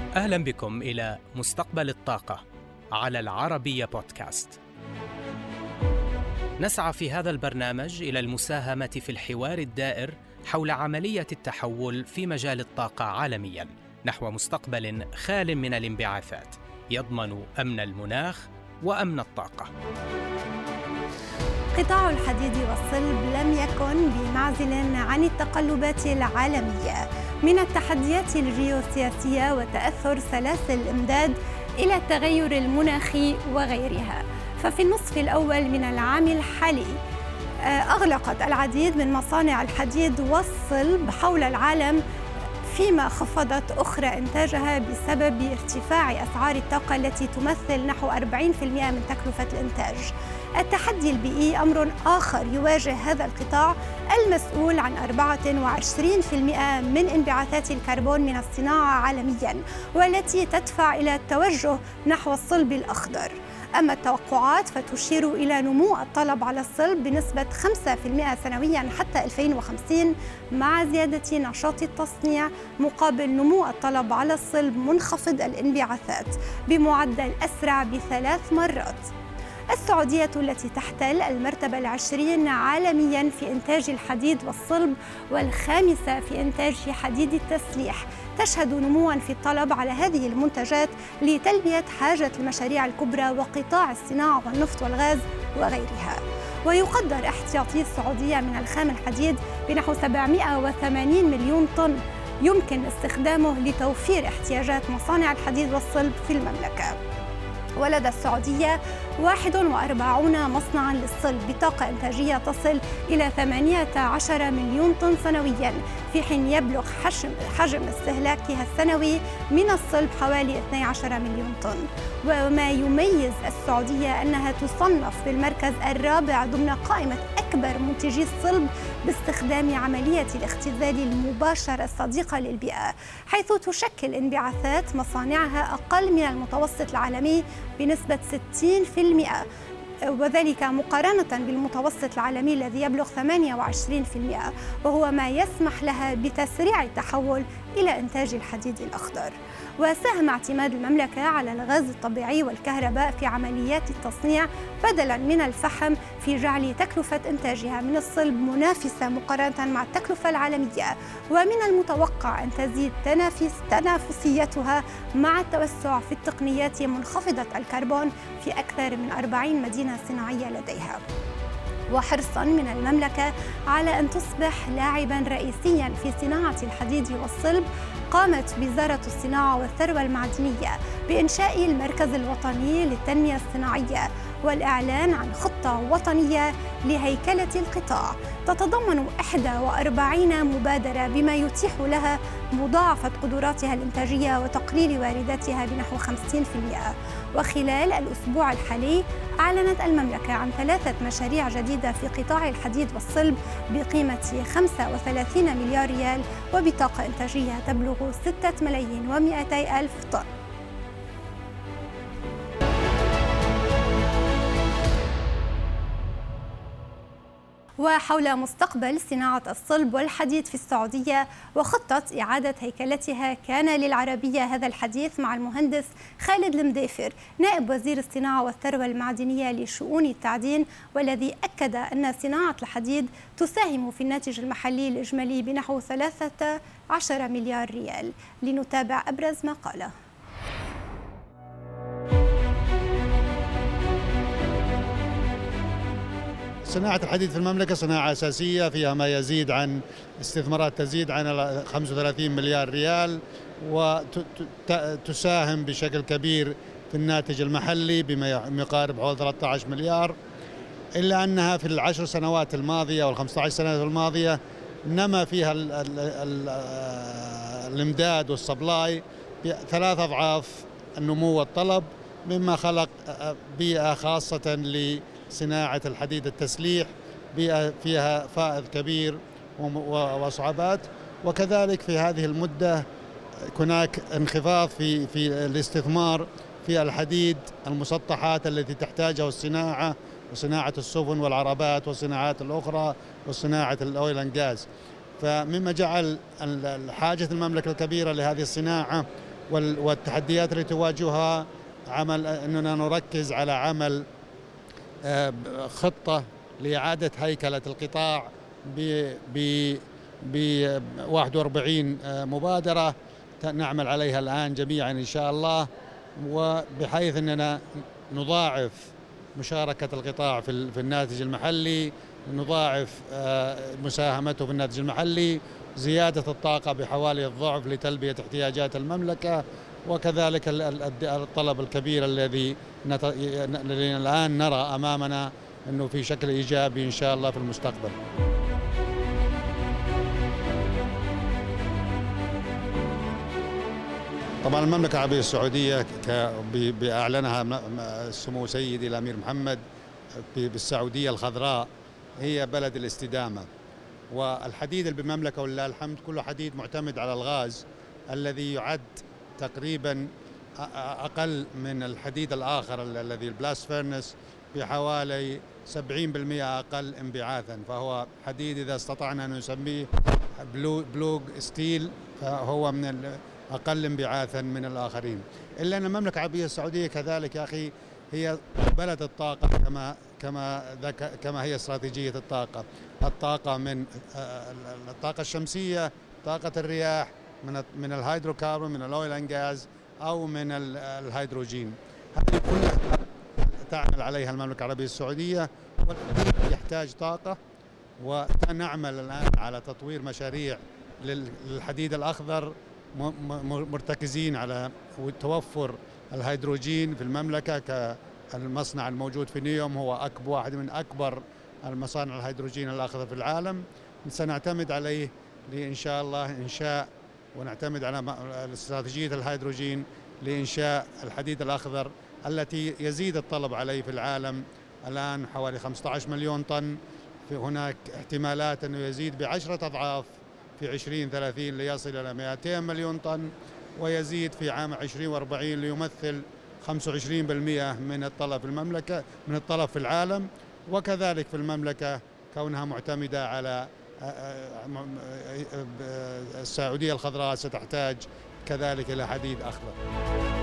أهلا بكم إلى مستقبل الطاقة على العربية بودكاست. نسعى في هذا البرنامج إلى المساهمة في الحوار الدائر حول عملية التحول في مجال الطاقة عالمياً نحو مستقبل خال من الانبعاثات يضمن أمن المناخ وأمن الطاقة. قطاع الحديد والصلب لم يكن بمعزل عن التقلبات العالمية، من التحديات الجيوسياسية وتأثر سلاسل الإمداد إلى التغير المناخي وغيرها. ففي النصف الأول من العام الحالي أغلقت العديد من مصانع الحديد والصلب حول العالم، فيما خفضت أخرى إنتاجها بسبب ارتفاع أسعار الطاقة التي تمثل نحو 40% من تكلفة الإنتاج. التحدي البيئي أمر آخر يواجه هذا القطاع، المسؤول عن 24% من انبعاثات الكربون من الصناعة عالمياً، والتي تدفع إلى التوجه نحو الصلب الأخضر. أما التوقعات فتشير إلى نمو الطلب على الصلب بنسبة 5% سنوياً حتى 2050، مع زيادة نشاط التصنيع مقابل نمو الطلب على الصلب منخفض الانبعاثات بمعدل أسرع ب3 مرات. السعودية التي تحتل المرتبة 20 عالمياً في إنتاج الحديد والصلب والخامسة في إنتاج حديد التسليح، تشهد نمواً في الطلب على هذه المنتجات لتلبية حاجة المشاريع الكبرى وقطاع الصناعة والنفط والغاز وغيرها. ويقدر احتياطي السعودية من الخام الحديد بنحو 780 مليون طن يمكن استخدامه لتوفير احتياجات مصانع الحديد والصلب في المملكة. ولدى السعودية 41 مصنعاً للصلب بطاقة إنتاجية تصل إلى 18 مليون طن سنوياً، في حين يبلغ حجم استهلاكها السنوي من الصلب حوالي 12 مليون طن. وما يميز السعودية أنها تصنف بالمركز الرابع ضمن قائمة أكبر منتجي الصلب باستخدام عملية الاختزال المباشر الصديقة للبيئة، حيث تشكل انبعاثات مصانعها أقل من المتوسط العالمي بنسبة 60%، وذلك مقارنة بالمتوسط العالمي الذي يبلغ 28%، وهو ما يسمح لها بتسريع التحول إلى إنتاج الحديد الأخضر. وساهم اعتماد المملكة على الغاز الطبيعي والكهرباء في عمليات التصنيع بدلاً من الفحم في جعل تكلفة إنتاجها من الصلب منافسة مقارنة مع التكلفة العالمية، ومن المتوقع أن تزيد تنافسيتها مع التوسع في التقنيات منخفضة الكربون في أكثر من 40 مدينة صناعية لديها. وحرصاً من المملكة على أن تصبح لاعباً رئيسياً في صناعة الحديد والصلب، قامت وزارة الصناعة والثروة المعدنية بإنشاء المركز الوطني للتنمية الصناعية والإعلان عن خطة وطنية لهيكلة القطاع تتضمن 41 مبادرة، بما يتيح لها مضاعفة قدراتها الإنتاجية وتقليل وارداتها بنحو 50%. وخلال الأسبوع الحالي أعلنت المملكة عن 3 مشاريع جديدة في قطاع الحديد والصلب بقيمة 35 مليار ريال وبطاقة إنتاجية تبلغ 6,200,000 طن. وحول مستقبل صناعة الصلب والحديد في السعودية وخطة إعادة هيكلتها، كان للعربية هذا الحديث مع المهندس خالد المديفر نائب وزير الصناعة والثروة المعدنية لشؤون التعدين، والذي أكد أن صناعة الحديد تساهم في الناتج المحلي الإجمالي بنحو 13 مليار ريال. لنتابع أبرز ما قاله. صناعة الحديد في المملكة صناعة أساسية فيها ما يزيد عن استثمارات تزيد عن 35 مليار ريال، وتساهم بشكل كبير في الناتج المحلي بما يقارب حوالي 13 مليار. إلا أنها في ال10 سنوات الماضية وال15 سنة الماضية نما فيها الإمداد والسبلاي ب3 أضعاف النمو والطلب، مما خلق بيئة خاصة لصناعة الحديد التسليح، بيئة فيها فائض كبير وصعوبات. وكذلك في هذه المدة هناك انخفاض في الاستثمار في الحديد المسطحات التي تحتاجها الصناعة وصناعة السفن والعربات والصناعات الأخرى وصناعة الأويل أند غاز. فمما جعل حاجة المملكة الكبيرة لهذه الصناعة والتحديات اللي تواجهها عمل أننا نركز على عمل خطة لإعادة هيكلة القطاع ب 41 مبادرة نعمل عليها الآن جميعا إن شاء الله، وبحيث أننا نضاعف مشاركة القطاع في الناتج المحلي، نضاعف مساهمته في الناتج المحلي، زيادة الطاقة بحوالي الضعف لتلبية احتياجات المملكة، وكذلك الطلب الكبير الذي الآن نرى أمامنا أنه في شكل إيجابي إن شاء الله في المستقبل. طبعا المملكة العربية السعودية بأعلنها سمو سيدي الأمير محمد بالسعودية الخضراء هي بلد الاستدامة، والحديد بالمملكة ولله الحمد كله حديد معتمد على الغاز الذي يعد تقريبا أقل من الحديد الآخر الذي البلاست فيرنس بحوالي 70% أقل انبعاثا، فهو حديد إذا استطعنا أن نسميه بلوغ ستيل فهو من أقل انبعاثا من الآخرين. إلا أن المملكة العربية السعودية كذلك يا أخي هي بلد الطاقة كما هي استراتيجية الطاقة من الطاقة الشمسية، طاقة الرياح، من الهيدروكاربون، من الأويل أند غاز، أو من الهيدروجين. هذه كلها تعمل عليها المملكة العربية السعودية، والحديد يحتاج طاقة، ونعمل الآن على تطوير مشاريع للحديد الأخضر مرتكزين على توفر الهيدروجين في المملكة. كالمصنع الموجود في نيوم هو واحد من أكبر المصانع الهيدروجين الأخضر في العالم، سنعتمد عليه لإن شاء الله إنشاء، ونعتمد على استراتيجية الهيدروجين لإنشاء الحديد الأخضر التي يزيد الطلب عليه في العالم. الآن حوالي 15 مليون طن، في هناك احتمالات أنه يزيد ب10 أضعاف في 2030 ليصل إلى 200 مليون طن، ويزيد في عام 2040 ليمثل 25% من الطلب في المملكة، من الطلب في العالم. وكذلك في المملكة كونها معتمدة على السعودية الخضراء ستحتاج كذلك إلى حديد أخضر.